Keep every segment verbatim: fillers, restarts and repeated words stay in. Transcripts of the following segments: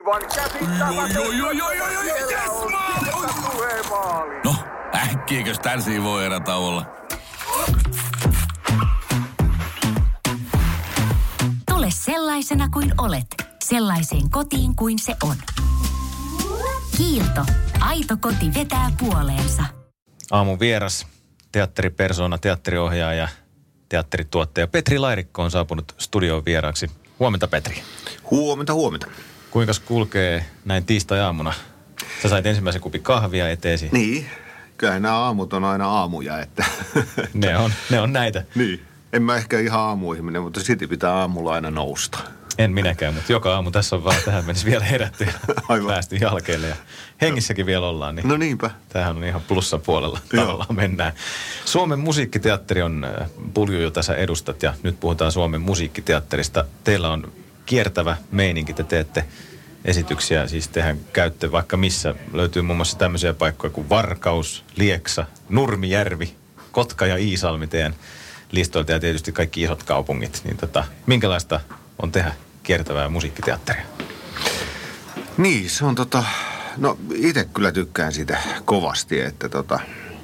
Aivan käsittämätöntä. Yes, no, äkkiäkös tän voi erätä olla? Tule sellaisena kuin olet, sellaiseen kotiin kuin se on. Kiilto. Aito koti vetää puoleensa. Aamun vieras, teatteripersona, teatteriohjaaja, teatterituottaja Petri Lairikko on saapunut studioon vieraaksi. Huomenta, Petri. Huomenta, huomenta. Kuinkas kulkee näin tiistai-aamuna? Sä sait ensimmäisen kupin kahvia eteesi. Niin, kyllähän nämä aamut on aina aamuja, että... ne, on, ne on näitä. Niin, en mä ehkä ihan aamuihminen, mutta silti pitää aamulla aina nousta. En minäkään, mutta joka aamu tässä on vaan tähän mennessä vielä herätty ja päästy jalkeille ja hengissäkin vielä ollaan. Niin no niinpä. Tämähän on ihan plussan puolella tavallaan mennään. Suomen musiikkiteatteri on pulju, jota sä edustat ja nyt puhutaan Suomen musiikkiteatterista. Teillä on kiertävä meininki, te teette esityksiä, siis tehän käytte vaikka missä. Löytyy muun muassa tämmöisiä paikkoja kuin Varkaus, Lieksa, Nurmijärvi, Kotka ja Iisalmi teidän listoilta ja tietysti kaikki isot kaupungit. Niin tota, minkälaista on tehdä kiertävää musiikkiteatteria? Niin, se on tota, no itse kyllä tykkään siitä kovasti, että tota,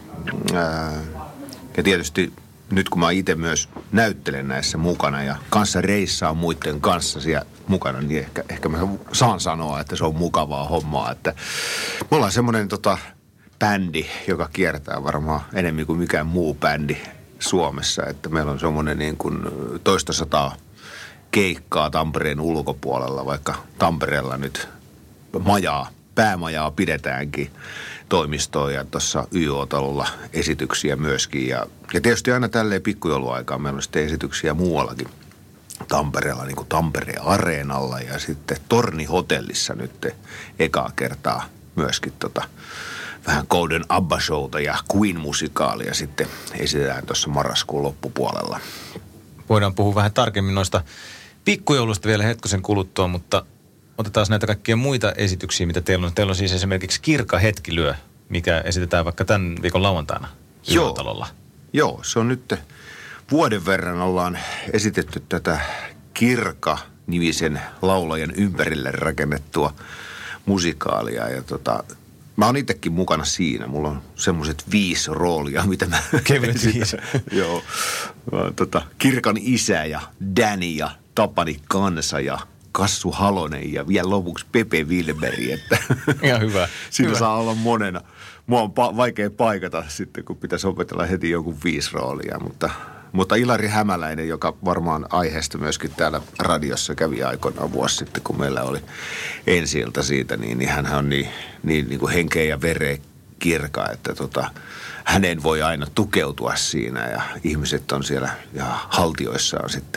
ää, ja tietysti nyt kun mä itse myös näyttelen näissä mukana ja kanssa reissaan muiden kanssa siellä mukana, niin ehkä, ehkä mä saan sanoa, että se on mukavaa hommaa, että me ollaan semmoinen tota bändi, joka kiertää varmaan enemmän kuin mikään muu bändi Suomessa, että meillä on semmoinen niin kuin toista sataa keikkaa Tampereen ulkopuolella, vaikka Tampereella nyt majaa, päämajaa pidetäänkin toimistoon ja tuossa Y O-talolla esityksiä myöskin. Ja, ja tietysti aina tälleen pikkujouluaikaan meillä on sitten esityksiä muuallakin Tampereella, niin kuin Tampereen Areenalla ja sitten Torni-hotellissa nyt ekaa kertaa myöskin tota, vähän Golden Abba-showta ja Queen-musikaalia sitten esitetään tuossa marraskuun loppupuolella. Voidaan puhua vähän tarkemmin noista pikkujoulusta vielä hetkosen kuluttua, mutta otetaan näitä kaikkia muita esityksiä, mitä teillä on. Teillä on siis esimerkiksi Kirka Hetkilyö, mikä esitetään vaikka tämän viikon lauantaina Y-talolla. Joo, se on nyt vuoden verran ollaan esitetty tätä Kirka-nimisen laulajan ympärille rakennettua musikaalia ja tota... Mä oon itsekin mukana siinä. Mulla on semmoiset viisi roolia, mitä mä... Kevyet viisi. Joo. Tota, Kirkan isä ja Danny ja Tapani Kansa ja Kassu Halonen ja vielä lopuksi Pepe Wilberi. Että ihan hyvä. Siinä hyvä. saa olla monena. Mua on pa- vaikea paikata sitten, kun pitäisi opetella heti joku viisi roolia, mutta... Mutta Ilari Hämäläinen, joka varmaan aiheesta myöskin täällä radiossa kävi aikoinaan vuosi sitten, kun meillä oli ensi-ilta siitä, niin, niin hän on niin, niin, niin kuin henkeä ja vereä Kirka, että tota, hänen voi aina tukeutua siinä ja ihmiset on siellä ja haltioissaan sitten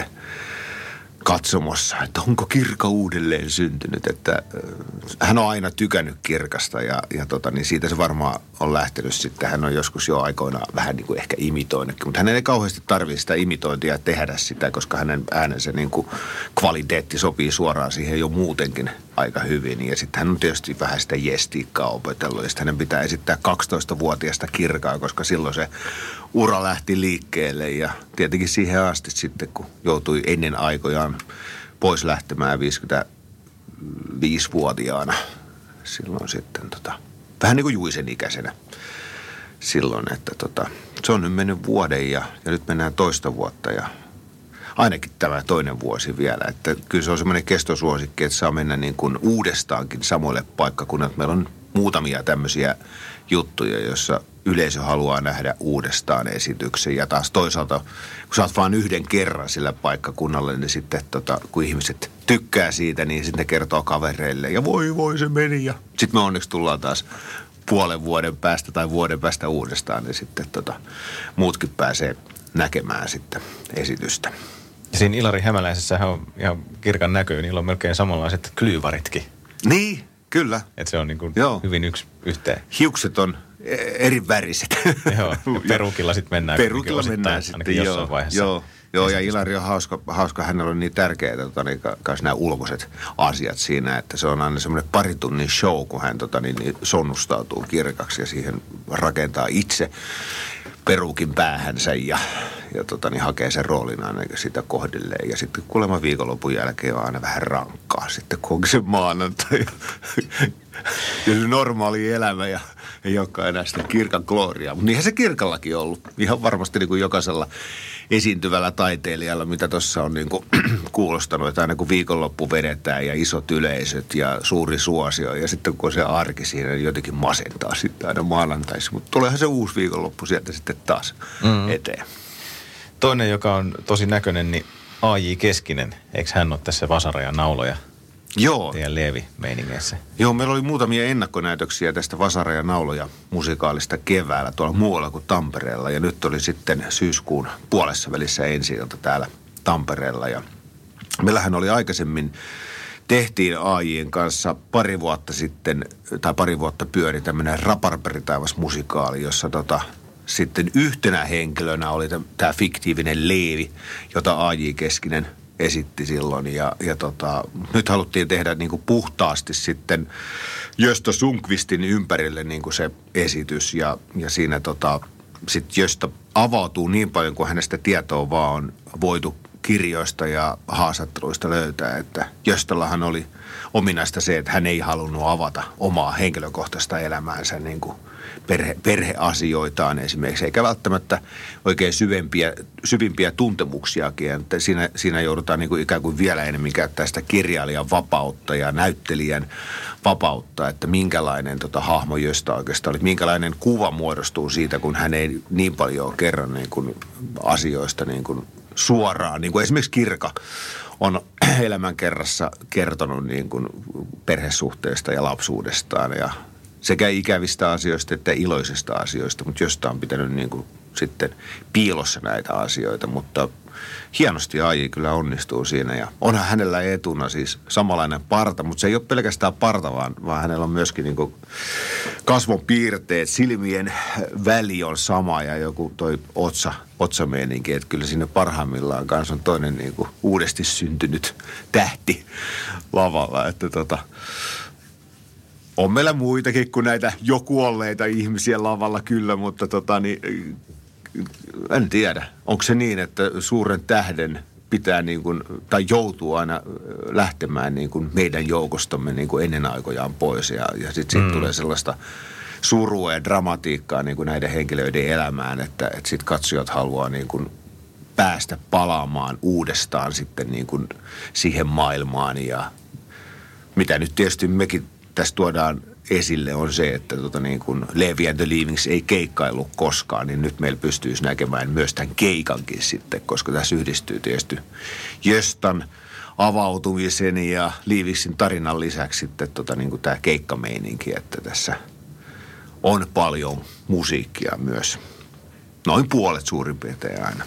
katsomossa, että onko Kirka uudelleen syntynyt, että äh, hän on aina tykännyt Kirkasta ja, ja tota, niin siitä se varmaan on lähtenyt sitten. Hän on joskus jo aikoinaan vähän niin kuin ehkä imitoinutkin, mutta hänen ei kauheasti tarvitse sitä imitointia tehdä sitä, koska hänen äänensä niin kuin kvaliteetti sopii suoraan siihen jo muutenkin aika hyvin. Ja sitten hän on tietysti vähän sitä jestiikkaa opetellut ja sitten hänen pitää esittää kaksitoistavuotiaasta Kirkaa, koska silloin se ura lähti liikkeelle ja tietenkin siihen asti sitten, kun joutui ennen aikojaan pois lähtemään viisikymmentäviisivuotiaana silloin sitten tota, vähän niin kuin Juisen ikäisenä silloin, että tota, se on nyt mennyt vuoden ja, ja nyt mennään toista vuotta ja ainakin tämä toinen vuosi vielä, että kyllä se on semmoinen kestosuosikki, että saa mennä niin kuin uudestaankin samoille paikkakunnille. Meillä on muutamia tämmöisiä juttuja, joissa yleisö haluaa nähdä uudestaan esityksen ja taas toisaalta, kun sä oot vaan yhden kerran sillä paikkakunnalla, niin sitten tota, kun ihmiset tykkää siitä, niin sitten ne kertoo kavereille ja voi voi se meni ja sitten me onneksi tullaan taas puolen vuoden päästä tai vuoden päästä uudestaan, niin sitten tota, muutkin pääsee näkemään sitten esitystä. Ja siinä Ilari Hämäläisessähän on ihan Kirkan näköä, niillä on melkein samanlaiset klyyvaritkin. Niin, kyllä. Että se on niin kuin hyvin yksi yhteen. Hiukset on eri väriset. Joo, perukilla sitten mennään. Perukilla mennään sitten, joo. Jossain vaiheessa. Joo, joo ja Ilari on hauska, hauska, hänellä on niin tärkeää tota, niin, kanssa nämä ulkoiset asiat siinä, että se on aina semmoinen paritunnin show, kun hän tota, niin, niin sonnustautuu Kirkaksi ja siihen rakentaa itse perukin päähänsä ja, ja tota, niin hakee sen roolin aina sitä kohdelleen. Ja sitten kuulemma viikonlopun jälkeen on aina vähän rankkaa sitten, kun onkin se maanantai ja, ja se normaali elämä ja ei olekaan enää sitä kirkan gloriaa. Mutta niinhän se kirkallakin on ollut. Ihan varmasti niin kuin jokaisella esiintyvällä taiteilijalla, mitä tuossa on niin kuin kuulostanut, että aina kun viikonloppu vedetään ja isot yleisöt ja suuri suosio ja sitten kun se arki siinä niin jotenkin masentaa sitten aina maanantaisi. Mutta tuleehan se uusi viikonloppu sieltä sitten taas mm. eteen. Toinen, joka on tosi näköinen, niin A J Keskinen. Eikö hän ole tässä vasara ja nauloja? Joo. Teidän Leevi-meiningeissä. Joo, meillä oli muutamia ennakkonäytöksiä tästä Vasara ja nauloja musikaalista keväällä tuolla muualla kuin Tampereella. Ja nyt oli sitten syyskuun puolessa välissä ensi-ilta täällä Tampereella. Ja meillähän oli aikaisemmin, tehtiin A J:n kanssa pari vuotta sitten, tai pari vuotta pyöri tämmöinen Raparperitaivas musikaali, jossa tota, sitten yhtenä henkilönä oli tämä fiktiivinen Leevi, jota A J Keskinen esitti silloin ja, ja tota, nyt haluttiin tehdä niin kuin puhtaasti sitten Gösta Sundqvistin ympärille niin kuin se esitys ja, ja siinä tota, sitten Gösta avautuu niin paljon kuin hänestä tietoa vaan on voitu kirjoista ja haastatteluista löytää, että Göstallahan oli ominaista se, että hän ei halunnut avata omaa henkilökohtaista elämäänsä niin kuin perhe, perheasioitaan esimerkiksi, eikä välttämättä oikein syvempiä, syvimpiä tuntemuksiakin. Että siinä, siinä joudutaan niin kuin ikään kuin vielä enemmän käyttää sitä kirjailijan vapautta ja näyttelijän vapautta, että minkälainen tota, hahmo Gösta oikeastaan oli, minkälainen kuva muodostuu siitä, kun hän ei niin paljon kerran niin kuin asioista niin kuin suoraan, niin kuin esimerkiksi Kirka on elämänkerrassa kertonut niin kuin perhesuhteesta ja lapsuudestaan ja sekä ikävistä asioista että iloisista asioista, mutta Gösta on pitänyt niin kuin sitten piilossa näitä asioita, mutta hienosti A J kyllä onnistuu siinä ja onhan hänellä etuna siis samanlainen parta, mutta se ei ole pelkästään parta, vaan, vaan hänellä on myöskin niin kuin kasvon piirteet, silmien väli on sama ja joku toi otsa, otsameeninki, että kyllä siinä parhaimmillaan kanssa on toinen niin kuin uudesti syntynyt tähti lavalla, että tota on meillä muitakin kuin näitä jo kuolleita ihmisiä lavalla kyllä, mutta tota niin, en tiedä. Onko se niin, että suuren tähden pitää niin kuin, tai joutuu aina lähtemään niin kuin meidän joukostamme niin kuin ennen aikojaan pois ja, ja sitten sit mm. tulee sellaista surua ja dramatiikkaa niin kuin näiden henkilöiden elämään, että, että sitten katsojat haluaa niin kuin päästä palaamaan uudestaan sitten niin kuin siihen maailmaan ja mitä nyt tietysti mekin tässä tuodaan esille on se, että tota niin kuin Leevi and the Leavings ei keikkaillut koskaan, niin nyt meillä pystyisi näkemään myös tämän keikankin sitten, koska tässä yhdistyy tietysti Göstan avautumisen ja Leavingsin tarinan lisäksi sitten tota niin kuin tämä keikkameininki, että tässä on paljon musiikkia myös. Noin puolet suurin piirtein aina.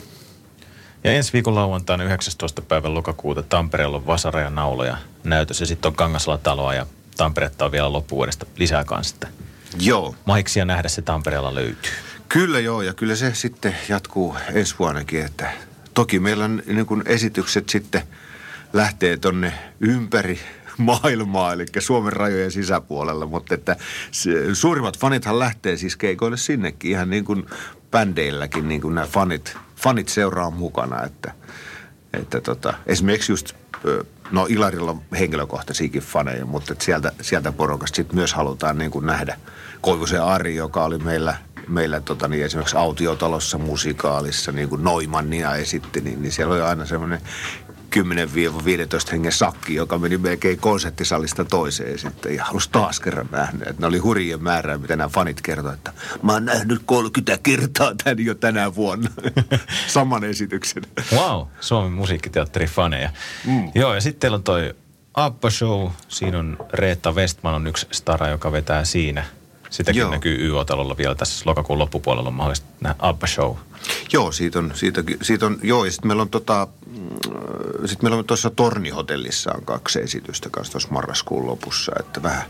Ja ensi viikon lauantaina yhdeksästoista päivän lokakuuta Tampereella on Vasara ja nauloja näytös ja sitten on Kangasala-taloa ja Tamperetta on vielä loppuvuodesta lisää kanssa. Joo. Mahiksia nähdä se Tampereella löytyy. Kyllä joo, ja kyllä se sitten jatkuu ensi vuonnakin, että toki meillä on niin kuin esitykset sitten lähtee tonne ympäri maailmaa, eli Suomen rajojen sisäpuolella, mutta että se, suurimmat fanithan lähtee siis keikoille sinnekin, ihan niin kuin bändeilläkin, niin kuin nämä fanit, fanit seuraa mukana, että, että tota, esimerkiksi just no Ilarilla on henkilökohtaisiakin faneja, mutta sieltä, sieltä porukasta sitten myös halutaan niin kuin nähdä Koivusen Ari, joka oli meillä, meillä tota niin, esimerkiksi Autiotalossa musikaalissa, niin kuin Noimannia esitti, niin, niin siellä oli aina semmoinen kymmenen viisitoista hengen sakki, joka meni melkein konserttisalista toiseen sitten ja halusi taas kerran nähdä. Että ne oli hurjien määrää, mitä nämä fanit kertoi, että mä oon nähnyt kolmekymmentä kertaa tän jo tänä vuonna. Saman esityksen. Wow, Suomen musiikkiteatterin faneja. Mm. Joo, ja sitten teillä on toi Abba Show. Siinä on Reetta Westman on yksi stara, joka vetää siinä. Sitäkin joo. Näkyy Y O-talolla vielä tässä lokakuun loppupuolella on mahdollista nähdä Abba Show. Joo, siitä on, siitä, siitä on joo, ja sitten meillä on tota, sitten meillä on tuossa Tornihotellissa on kaksi esitystä kanssa tuossa marraskuun lopussa, että vähän,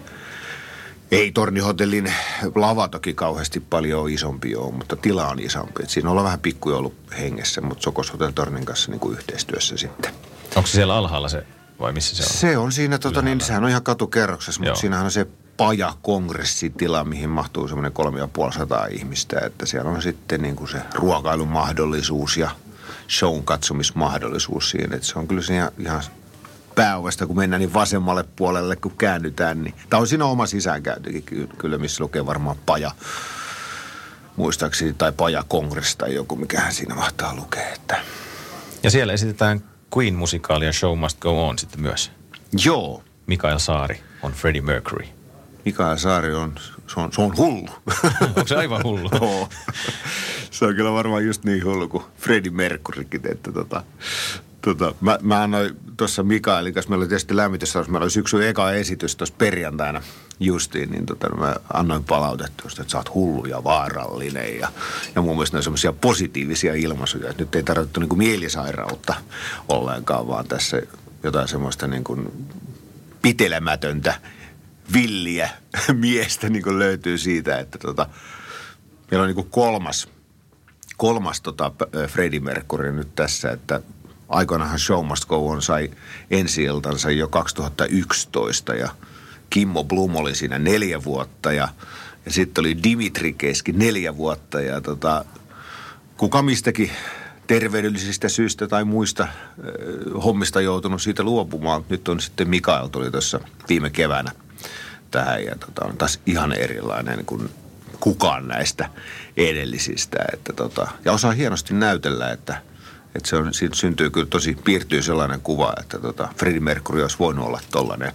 ei Tornihotellin lava toki kauheasti paljon isompi ole, mutta tila on isompi. Et siinä ollaan vähän pikkujoulu hengessä, mutta Sokos Hotel Tornin kanssa niin kuin yhteistyössä sitten. Onko se siellä alhaalla se, vai missä se on? Se on siinä, tota, niin, sehän on ihan katukerroksessa, mutta siinähän on se paja-kongressitila, mihin mahtuu semmoinen kolme ja puoli sataa ihmistä, että siellä on sitten niin kuin se ruokailumahdollisuus ja shown katsomismahdollisuus siinä. Että se on kyllä se ihan, ihan pääovesta, kun mennään niin vasemmalle puolelle, kun käännytään. Niin. Tämä on siinä oma sisäänkäyntikin kyllä, missä lukee varmaan paja, muistaakseni, tai paja Congress tai joku, mikähän siinä mahtaa lukea. Että. Ja siellä esitetään Queen-musikaalia Show Must Go On sitten myös. Joo. Mikael Saari on Freddie Mercury. Mikael Saari on, se on, se on hullu. Onko se aivan hullu? Joo. Se on kyllä varmaan just niin hullu kuin Freddie Mercurykin, että tota, tota, mä, mä annoin tuossa Mikaelin kanssa, meillä oli tietysti lämmitys, meillä oli syksyn eka esitys tuossa perjantaina justiin, niin tota, mä annoin palautetta, että sä oot hullu ja vaarallinen ja, ja mun mielestä ne on semmoisia positiivisia ilmaisuja, että nyt ei tarvittu niin kuin mielisairautta ollenkaan, vaan tässä jotain semmoista niin kuin pitelemätöntä villiä miestä niin kuin löytyy siitä, että tota, meillä on niin kuin kolmas, kolmas tota Freddie Mercury nyt tässä, että aikoinaanhan Show Must Go On sai ensi-iltansa jo kaksituhattayksitoista ja Kimmo Blum oli siinä neljä vuotta ja, ja sitten oli Dimitri Keski neljä vuotta ja tota, kuka mistäkin terveydellisistä syistä tai muista äh, hommista joutunut siitä luopumaan. Nyt on sitten Mikael tuli tuossa viime keväänä tähän ja tota, on taas ihan erilainen kuin kukaan näistä edellisistä. Että tota, ja osaa hienosti näytellä, että, että se on, siitä syntyy kyllä tosi, piirtyy sellainen kuva, että tota, Freddie Mercury olisi voinut olla tollainen.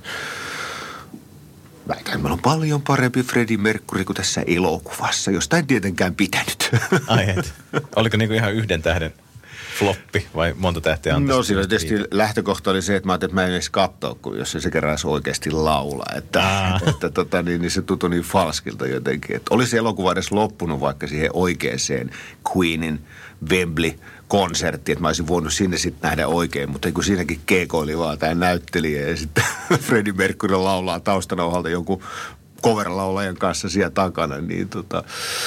Väitän, meillä on paljon parempi Freddie Mercury kuin tässä elokuvassa, josta en tietenkään pitänyt. Ai et. Oliko niinku ihan yhden tähden floppi vai monta tähteä antaisi? No siinä tietysti lähtökohta oli se, että mä ajattelin, että mä en edes katsoa, kun jos se kerran oikeasti laulaa. Että, että, että tota, niin, niin se tuntui niin falskilta jotenkin. Että olisi elokuva edes loppunut vaikka siihen oikeeseen Queenin Wembley-konserttiin, että mä olisin voinut sinne sitten nähdä oikein, mutta kun siinäkin keikoili vaan tämä näyttelijä ja sitten Freddie Mercury laulaa taustanauhalta jonkun cover-laulajan kanssa siellä takana, niin tota.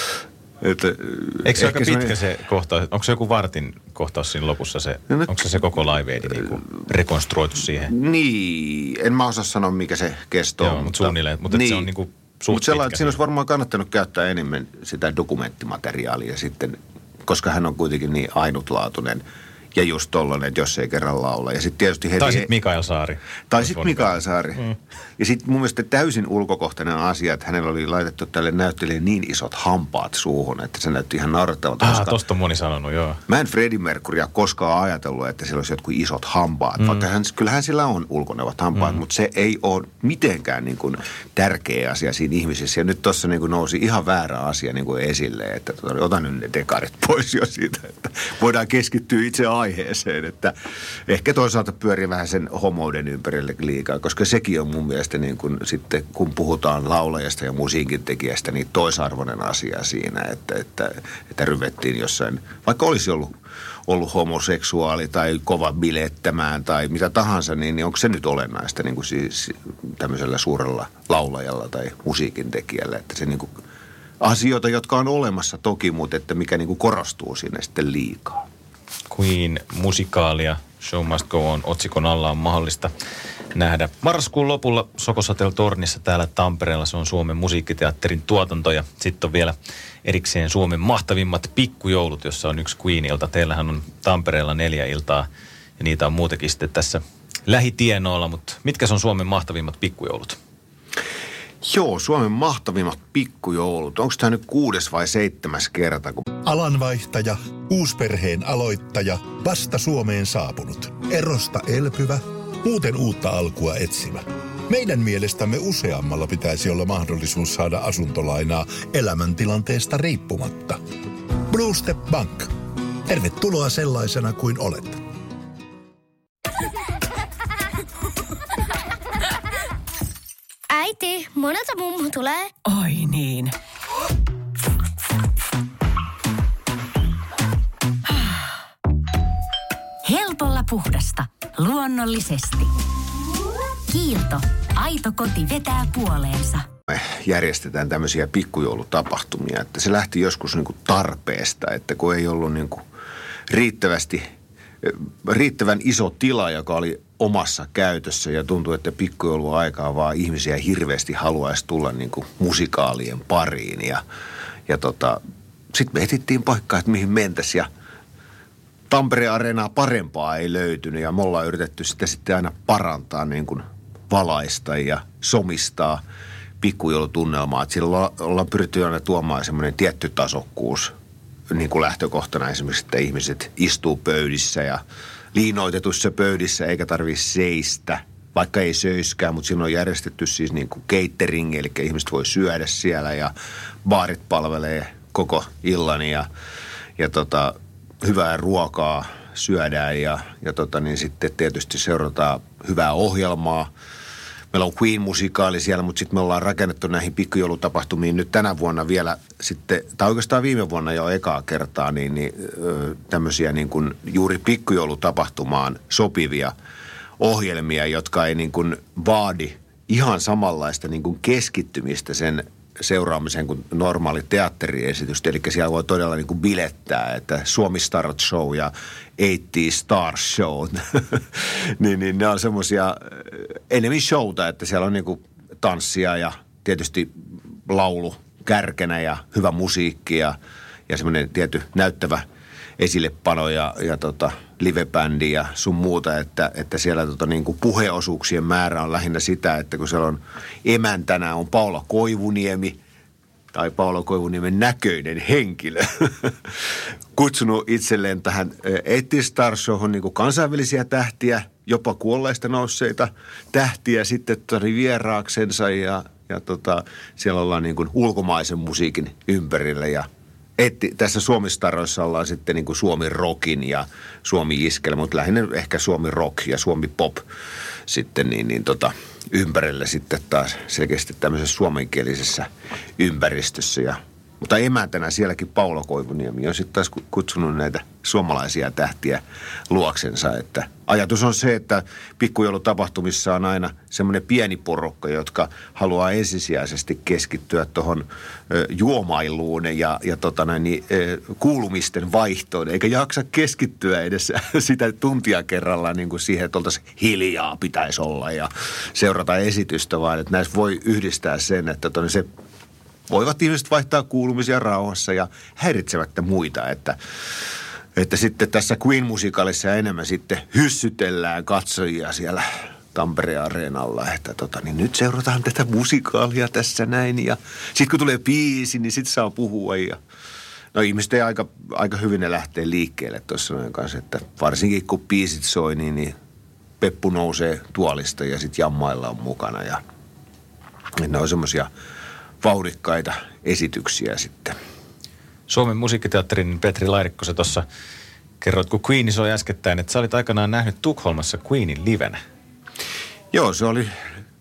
Että, eikö se aika pitkä semmoinen se kohtaus? Onko se joku vartin kohtaus siinä lopussa? Se, no, onko se se koko live aid niin rekonstruoitu siihen? Niin, en mä osaa sanoa mikä se kesto on. Joo, mutta suunnilleen. Mutta niin, se on niin kuin suht mutta sellainen, siinä olisi varmaan kannattanut käyttää enemmän sitä dokumenttimateriaalia sitten, koska hän on kuitenkin niin ainutlaatuinen. Ja just tollainen, että jos ei kerran laula. Ja sitten tietysti heti. Tai sitten Mikael Saari. Tai sitten Mikael Saari. Mm. Ja sitten mun mielestä täysin ulkokohtainen asia, että hänellä oli laitettu tälle näyttelijälle niin isot hampaat suuhun, että se näytti ihan naurettavalta. Ah, koska tosta on moni sanonut, joo. Mä en Freddie Mercurya koskaan ajatellut, että sillä olisi jotkut isot hampaat. Mm. Vaikka hän, kyllähän sillä on ulkonevat hampaat, mm. mutta se ei ole mitenkään niin kuin tärkeä asia siinä ihmisessä. Ja nyt tuossa niin kuin nousi ihan väärä asia niin kuin esille, että otan nyt ne dekarit pois jo siitä, että voidaan keskittyä itse aiheeseen, että ehkä toisaalta pyörii vähän sen homouden ympärille liikaa, koska sekin on mun mielestä niin kuin sitten, kun puhutaan laulajasta ja musiikin tekijästä, niin toisarvoinen asia siinä, että, että, että ryvettiin jossain, vaikka olisi ollut, ollut homoseksuaali tai kova bilettämään tai mitä tahansa, niin, niin onko se nyt olennaista niin kuin siis tämmöisellä suurella laulajalla tai musiikin tekijällä, että se niin kuin asioita, jotka on olemassa toki, mutta että mikä niin kuin korostuu siinä sitten liikaa. Queen-musikaalia Show Must Go On otsikon alla on mahdollista nähdä marraskuun lopulla Sokosatel Tornissa täällä Tampereella. Se on Suomen musiikkiteatterin tuotanto ja sitten on vielä erikseen Suomen mahtavimmat pikkujoulut, jossa on yksi Queen-ilta. Teillähän on Tampereella neljä iltaa ja niitä on muutakin sitten tässä lähitienoilla, mutta mitkä on Suomen mahtavimmat pikkujoulut? Joo, Suomen mahtavimmat pikkujoulut. Onko tämä nyt kuudes vai seitsemäs kerta? Kun alanvaihtaja, uusperheen aloittaja, vasta Suomeen saapunut, erosta elpyvä, muuten uutta alkua etsimä. Meidän mielestämme useammalla pitäisi olla mahdollisuus saada asuntolainaa elämäntilanteesta riippumatta. Blue Step Bank. Tervetuloa sellaisena kuin olet. Äiti, monelta mummu tulee? Oi niin. Helpolla puhdasta. Luonnollisesti. Kiilto. Aito koti vetää puoleensa. Me järjestetään tämmöisiä pikkujoulutapahtumia, että se lähti joskus niin kuin tarpeesta, että kun ei ollut niin kuin riittävästi, riittävän iso tila, joka oli omassa käytössä ja tuntui, että pikkujouluaikaa vaan ihmisiä hirveästi haluaisi tulla niin kuin musikaalien pariin ja, ja tota, sitten me etittiin paikkaa, että mihin mentäisiin ja Tampereen Areenaa parempaa ei löytynyt ja me ollaan yritetty sitä sitten aina parantaa niin kuin valaista ja somistaa pikkujoulutunnelmaa. Että sillä ollaan pyritty aina tuomaan semmoinen tietty tasokkuus niin kuin lähtökohtana esimerkiksi, että ihmiset istuu pöydissä ja liinoitetuissa pöydissä eikä tarvitse seistä, vaikka ei söiskään, mutta siinä on järjestetty siis niin kuin catering, eli ihmiset voi syödä siellä ja baarit palvelee koko illan ja, ja tota, hyvää ruokaa syödään ja, ja tota, niin sitten tietysti seurataan hyvää ohjelmaa. Meillä on Queen-musikaali siellä, mutta sitten me ollaan rakennettu näihin pikkujoulutapahtumiin nyt tänä vuonna vielä sitten, tai oikeastaan viime vuonna jo ekaa kertaa, niin, niin tämmöisiä niin kuin juuri pikkujoulutapahtumaan sopivia ohjelmia, jotka ei niin kuin vaadi ihan samanlaista niin kuin keskittymistä sen seuraamiseen kuin normaali teatteriesitys. Eli siellä voi todella niin kuin bilettää, että Suomi Star Show ja eighties Star Show, niin, niin ne on semmoisia enemmän showta, että siellä on niin kuin tanssia ja tietysti laulu kärkenä ja hyvä musiikki ja, ja semmoinen tietty näyttävä esillepano ja, ja tota, livebändi ja sun muuta, että, että siellä tota, niin kuin puheosuuksien määrä on lähinnä sitä, että kun siellä on emäntänä on Paula Koivuniemi tai Paula Koivuniemen näköinen henkilö kutsunut itselleen tähän eighties Star Showhon niin kuin kansainvälisiä tähtiä, jopa kuolleista nousseita tähtiä sitten tuli vieraaksensa ja, ja tota, siellä ollaan niin kuin ulkomaisen musiikin ympärillä ja etti, tässä Suomi-staroissa ollaan sitten niin kuin Suomi Rockin ja Suomi Iskelä, mutta lähinnä ehkä Suomi Rock ja Suomi Pop sitten niin, niin tota, ympärillä sitten taas selkeästi tämmöisessä suomenkielisessä ympäristössä. Ja, mutta emäntänä sielläkin Paula Koivuniemi on sitten taas kutsunut näitä suomalaisia tähtiä luoksensa. Että ajatus on se, että pikkujoulutapahtumissa on aina semmoinen pieni porukka, jotka haluaa ensisijaisesti keskittyä tuohon juomailuun ja, ja tota näin, niin, kuulumisten vaihtoon, eikä jaksa keskittyä edes sitä tuntia kerrallaan niin kuin siihen, että oltaisiin hiljaa pitäisi olla ja seurata esitystä, vaan että näissä voi yhdistää sen, että tonne se voivat ihmiset vaihtaa kuulumisia rauhassa ja häiritsemättä muita, että Että sitten tässä Queen-musikaalissa enemmän sitten hyssytellään katsojia siellä Tampereen Areenalla, että tota, niin nyt seurataan tätä musikaalia tässä näin ja sitten kun tulee biisi, niin sitten saa puhua ja no ihmiset ei aika, aika hyvin ne lähtee liikkeelle tuossa noin kanssa, että varsinkin kun biisit soi, niin, niin peppu nousee tuolista ja sitten jammailla on mukana ja ne on semmoisia vauhdikkaita esityksiä sitten. Suomen musiikkiteatterin Petri Lairikko, sä tuossa kerroit, kun Queen soi äskettäin, että sä olit aikanaan nähnyt Tukholmassa Queenin livenä. Joo, se oli...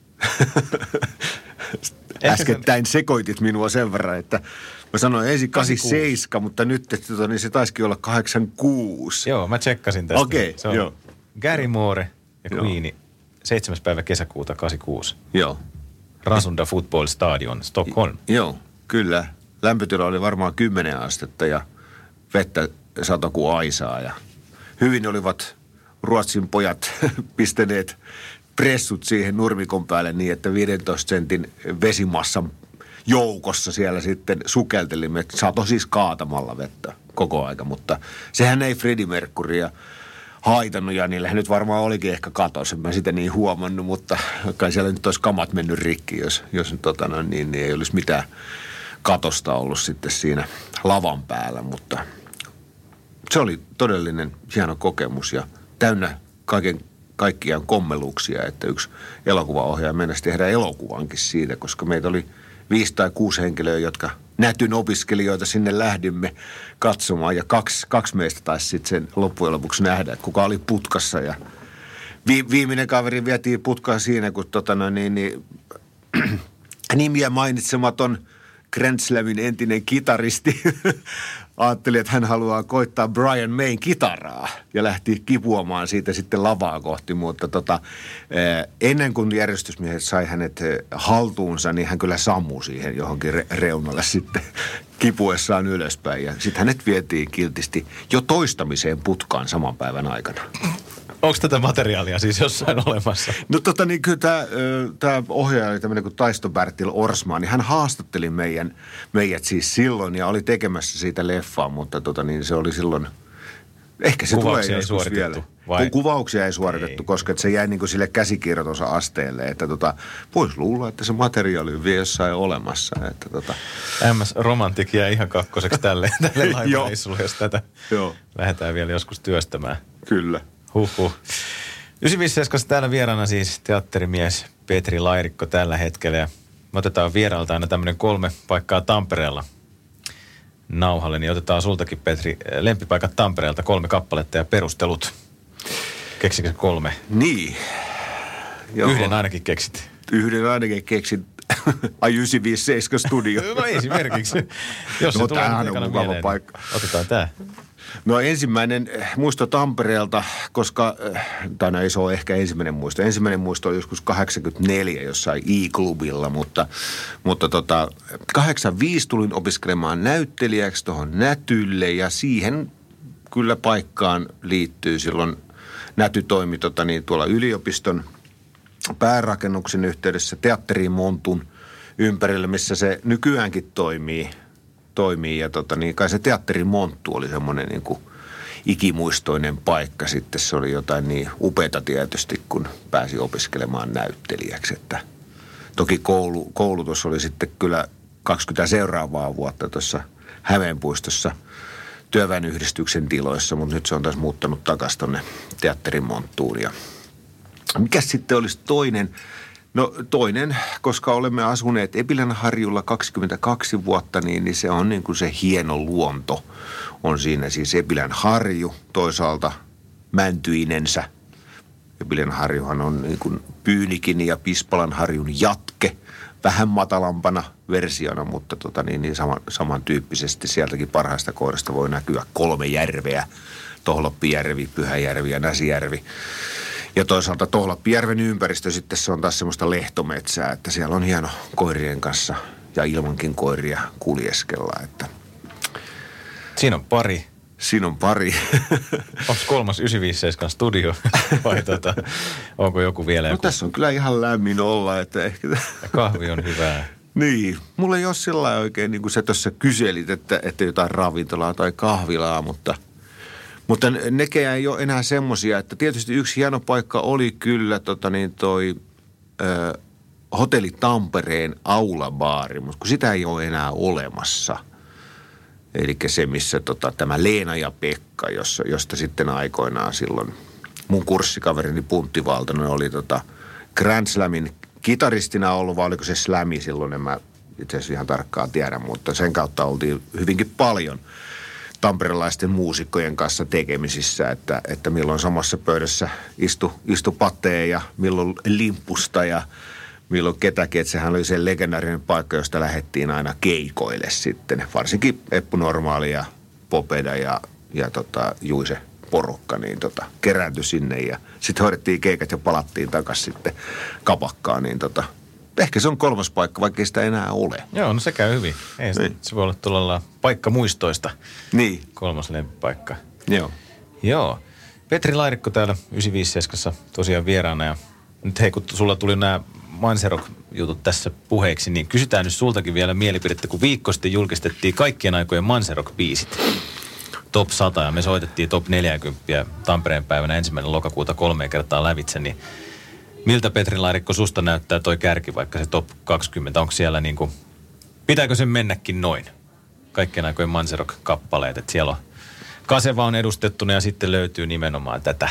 Äskettäin sekoitit minua sen verran, että mä sanoin ensin kahdeksankymmentäseitsemän, mutta nyt että, niin se taisikin olla kahdeksankymmentäkuusi. Joo, mä tsekkasin tästä. Okei, okay, joo. Gary Moore ja Queen seitsemäs päivä kesäkuuta kahdeksankymmentäkuusi. Joo. Rasunda Football Stadion, Stockholm. I, joo, kyllä. Lämpötila oli varmaan kymmenen astetta ja vettä satoi kuin aisaa. Ja hyvin olivat Ruotsin pojat pistäneet pressut siihen nurmikon päälle niin, että viidentoista sentin vesimassan joukossa siellä sitten sukeltelimme. Satoi siis kaatamalla vettä koko aika, mutta sehän ei Freddie Mercurya haitannut ja niillähän nyt varmaan olikin ehkä katos. En mä sitä niin huomannut, mutta kai siellä nyt olisi kamat mennyt rikki, jos, jos tota, no, niin, niin ei olisi mitään katosta ollut sitten siinä lavan päällä, mutta se oli todellinen hieno kokemus ja täynnä kaiken kaikkiaan kommeluksia, että yksi elokuvaohjaaja mennäisi tehdä elokuvankin siitä, koska meitä oli viisi tai kuusi henkilöä, jotka nätyn opiskelijoita sinne lähdimme katsomaan ja kaksi, kaksi meistä taisi sitten sen loppujen lopuksi nähdä, kuka oli putkassa ja vi, viimeinen kaveri vietiin putkaan siinä, kun tota no, niin, niin, nimiä mainitsematon Grand Slamin entinen kitaristi ajatteli, että hän haluaa koittaa Brian Mayn kitaraa ja lähti kipuamaan siitä sitten lavaa kohti, mutta tota, ennen kuin järjestysmiehet sai hänet haltuunsa, niin hän kyllä sammui siihen johonkin re- reunalle sitten kipuessaan ylöspäin ja sitten hänet vietiin kiltisti jo toistamiseen putkaan saman päivän aikana. Onko tätä materiaalia siis jossain olemassa? No tota niin, kyllä tämä ohjaaja oli tämmöinen kuin Taisto Bertil Orsman, niin hän haastatteli meidän, meidät siis silloin ja oli tekemässä siitä leffaa, mutta tota niin, se oli silloin Ehkä se kuvauksia tulee ei joskus suoritettu, vielä. vai? Kuvauksia ei suoritettu, ei. Koska se jäi niin kuin sille käsikirjoitusasteelle, että tota, voisi luulla, että se materiaali on vielä jossain olemassa. Että tota. M S Romantic jää ihan kakkoseksi tälle, tälle laivareissulle, jos tätä Joo. lähdetään vielä joskus työstämään. Kyllä. Huhhuh. yhdeksänsataaviisikymmentäseitsemän täällä vieraana siis teatterimies Petri Lairikko tällä hetkellä. Ja me otetaan vierailta aina tämmöinen kolme paikkaa Tampereella nauhalle, niin otetaan sultakin, Petri, lempipaikat Tampereelta, kolme kappaletta ja perustelut. Keksikö kolme? Niin. Joo. Yhden ainakin keksit. Yhden ainakin keksit. Ai yhdeksänsataaviisikymmentäseitsemän studio. No esimerkiksi. Jos no, se tulee nyt ekana mieleen, paikka. Niin otetaan tää. No ensimmäinen muisto Tampereelta, koska, tai no ei se ole ehkä ensimmäinen muisto. Ensimmäinen muisto oli joskus kahdeksankymmentäneljä jossain I-klubilla, mutta, mutta tota, kahdeksankymmentäviisi tulin opiskelemaan näyttelijäksi tuohon Nätylle ja siihen kyllä paikkaan liittyy silloin Näty toimi tota, niin, tuolla yliopiston päärakennuksen yhteydessä teatterimontun ympärillä, missä se nykyäänkin toimii. toimii ja tota, niin kai se teatterimonttu oli semmoinen niin kuin ikimuistoinen paikka sitten. Se oli jotain niin upeata tietysti, kun pääsi opiskelemaan näyttelijäksi. Että toki koulu, koulutus oli sitten kyllä kaksikymmentä seuraavaa vuotta tuossa Hämeenpuistossa työväenyhdistyksen tiloissa, mutta nyt se on taas muuttanut takaisin tuonne teatterimonttuun. Ja mikäs sitten olisi toinen? No toinen, koska olemme asuneet Epilänharjulla kaksikymmentäkaksi vuotta, niin, niin se on niin kuin se hieno luonto. On siinä siis Epilänharju, toisaalta Mäntyinensä. Epilänharjuhan on niin kuin Pyynikin ja Pispalanharjun jatke, vähän matalampana versiona, mutta tota niin, niin saman, samantyyppisesti sieltäkin parhaista kohdasta voi näkyä kolme järveä. Tohloppijärvi, Pyhäjärvi ja Näsijärvi. Ja toisaalta Tohlappijärven ympäristö sitten se on taas semmoista lehtometsää, että siellä on hieno koirien kanssa ja ilmankin koiria kuljeskella. Että siinä on pari. Siinä on pari. Onko kolmas yhdeksänsataaviisikymmentäseitsemän studio vai tota, onko joku vielä? No joku? Tässä on kyllä ihan lämmin olla. Että ehkä ja kahvi on hyvää. Niin. Mulla ei ole sillä oikein, niin kuin sä tuossa kyselit, että, että jotain ravintolaa tai kahvilaa, mutta Mutta nekään ei ole enää semmoisia, että tietysti yksi hieno paikka oli kyllä tota niin toi ö, Hotelli Tampereen aulabaari, mutta kun sitä ei ole enää olemassa. Eli se, missä tota, tämä Leena ja Pekka, jossa, josta sitten aikoinaan silloin mun kurssikaverini Puntti Valtonen oli tota Grand Slamin kitaristina ollut, vai oliko se Slami silloin, en mä itse asiassa ihan tarkkaan tiedä, mutta sen kautta oltiin hyvinkin paljon tamperelaisten muusikkojen kanssa tekemisissä, että, että milloin samassa pöydässä istu, istu Patee ja milloin Limpusta ja milloin ketäkin, että sehän oli se legendaarinen paikka, josta lähdettiin aina keikoille sitten. Varsinkin Eppu Normaali ja Popeda ja, ja tota, Juise porukka, niin tota, kerääntyi sinne ja sitten hoidettiin keikat ja palattiin takaisin sitten kapakkaan, niin tota, ehkä se on kolmas paikka, vaikka ei sitä enää ole. Joo, no se käy hyvin. Ei, niin. Se voi olla tuolla paikka muistoista. Niin. Kolmas lempipaikka. Joo. Joo. Petri Lairikko täällä yhdeksänsataaviisikymmentäseitsemän tosiaan vieraana. Ja nyt hei, kun sulla tuli nämä Manserok-jutut tässä puheeksi, niin kysytään nyt sultakin vielä mielipidettä, kun viikko sitten julkistettiin kaikkien aikojen Manserok-biisit. Top sata ja me soitettiin top neljäkymmentä Tampereen päivänä ensimmäinen lokakuuta kolme kertaa lävitse, niin miltä Petri Lairikko susta näyttää toi kärki, vaikka se top kaksikymmentä? Onko siellä niinku, pitääkö sen mennäkin noin? Kaikkien aikojen Manserok-kappaleet, että siellä on Kaseva on edustettuna ja sitten löytyy nimenomaan tätä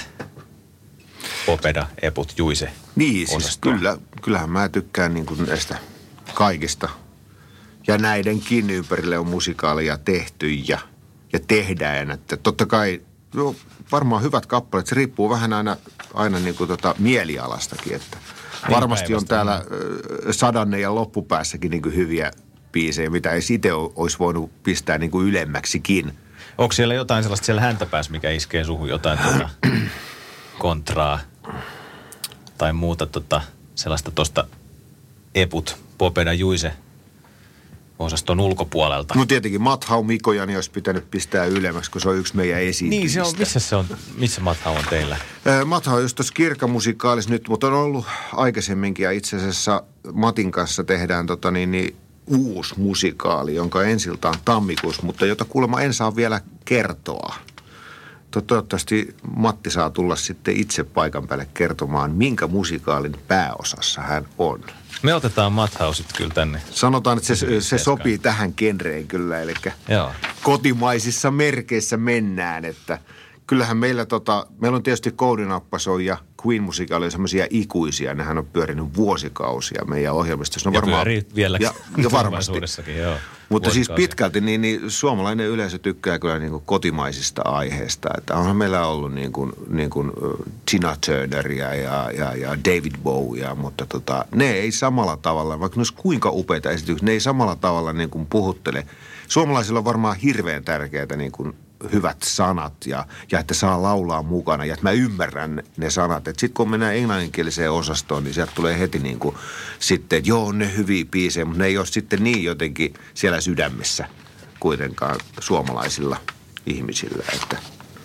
Popeda, Eput, Juise. Niin, siis kyllä, kyllähän mä tykkään niin kuin näistä kaikista. Ja näidenkin ympärille on musikaalia tehty ja, ja tehdään. Että totta kai, no, varmaan hyvät kappaleet, se riippuu vähän aina, aina niin kuin tota mielialastakin. Että varmasti on täällä sadanne ja loppupäässäkin niin kuin hyviä biisejä, mitä ei itse olisi voinut pistää niin kuin ylemmäksikin. Onko siellä jotain sellaista siellä häntäpäässä, mikä iskee suhun jotain tuota kontraa tai muuta tota, sellaista tuosta Eput, Popeda, Juise osaston ulkopuolelta? No tietenkin Mathau Mikojani olisi pitänyt pistää ylemmäksi, kun se on yksi meidän esiintyjistä. Niin se on, missä se on, missä Mathau on teillä? Mathau on just tuossa Kirkkamusikaalissa nyt, mutta on ollut aikaisemminkin ja itse asiassa Matin kanssa tehdään tota niin, niin uusi musikaali, jonka ensiltä on tammikuussa, mutta jota kuulemma en saa vielä kertoa. Toivottavasti Matti saa tulla sitten itse paikan päälle kertomaan, minkä musikaalin pääosassa hän on. Me otetaan Madhouset kyllä tänne. Sanotaan, että se, se sopii tähän genreen kyllä, eli Joo. kotimaisissa merkeissä mennään, että kyllähän meillä tota, meillä on tietysti Koudinappason ja Queen-musiikaali on semmoisia ikuisia, nehän on pyörinyt vuosikausia meidän ohjelmistossa. No ja varmaan, pyörii vielä ja, ja varmasti. Joo. Mutta siis pitkälti niin, niin suomalainen yleisö tykkää kyllä niin kuin kotimaisista aiheista. Että onhan meillä ollut niin kuin, niin kuin Tina Turneria ja, ja, ja David Bowiea, mutta tota, ne ei samalla tavalla, vaikka ne olisi kuinka upeita esityksiä, ne ei samalla tavalla niin kuin puhuttele. Suomalaisilla on varmaan hirveän tärkeää niin kuin hyvät sanat ja, ja että saa laulaa mukana ja että mä ymmärrän ne sanat. Sitten kun mennään englanninkieliseen osastoon, niin sieltä tulee heti niin kuin sitten, että joo, ne hyviä biisejä, mutta ne ei ole sitten niin jotenkin siellä sydämessä kuitenkaan suomalaisilla ihmisillä. Että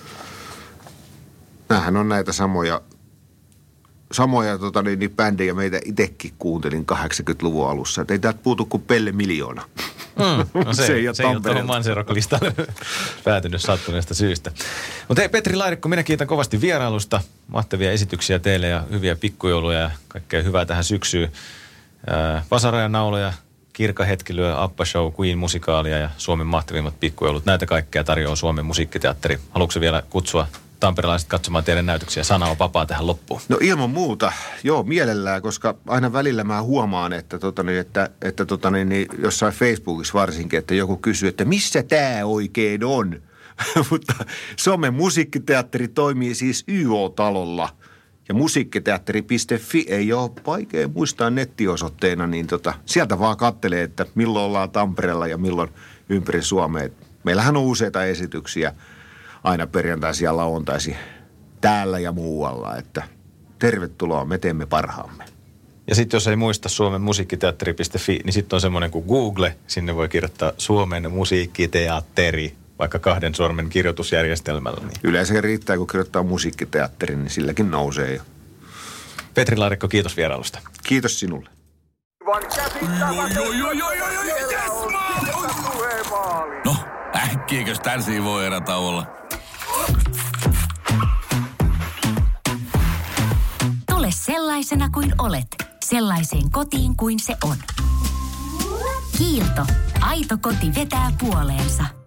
näähän on näitä samoja, samoja tota, niin, niin bändejä meitä itsekin kuuntelin kahdeksankymmentäluvun alussa. Että ei täältä puutu kuin Pelle Miljoona. Mm, no se, se ei ole, ole tuohon Manserok-listalle päätynyt sattuneesta syystä. Mutta hei Petri Lairikko, minä kiitän kovasti vierailusta. Mahtavia esityksiä teille ja hyviä pikkujouluja ja kaikkea hyvää tähän syksyyn. Ää, Vasara ja nauloja, Kirka hetkilyö, Appa Show, Queen-musikaalia ja Suomen mahtavimmat pikkujoulut. Näitä kaikkea tarjoaa Suomen musiikkiteatteri. Haluatko vielä kutsua tamperelaiset katsomaan teidän näytöksiä? Sana on vapaa tähän loppuun. No ilman muuta, joo, mielellään, koska aina välillä mä huomaan, että, totani, että, että totani, niin jossain Facebookissa varsinkin, että joku kysyy, että missä tämä oikein on? Mutta Suomen musiikkiteatteri toimii siis Y O-talolla ja musiikkiteatteri piste fi ei ole vaikea muistaa nettiosoitteena, niin tota, sieltä vaan katselee, että milloin ollaan Tampereella ja milloin ympäri Suomea. Meillähän on useita esityksiä aina perjantaisin ja lauantaisin täällä ja muualla, että tervetuloa, me teemme parhaamme. Ja sitten jos ei muista suomen musiikkiteatteri piste fi, niin sitten on semmoinen kuin Google, sinne voi kirjoittaa Suomen musiikkiteatteri, vaikka kahden sormen kirjoitusjärjestelmällä. Niin. Yleensä riittää, kun kirjoittaa musiikkiteatteri, niin silläkin nousee jo. Petri Lairikko, kiitos vierailusta. Kiitos sinulle. No, äkkiäkös tän voi erätä olla? Tule sellaisena kuin olet, sellaiseen kotiin kuin se on. Kiilto. Aito koti vetää puoleensa.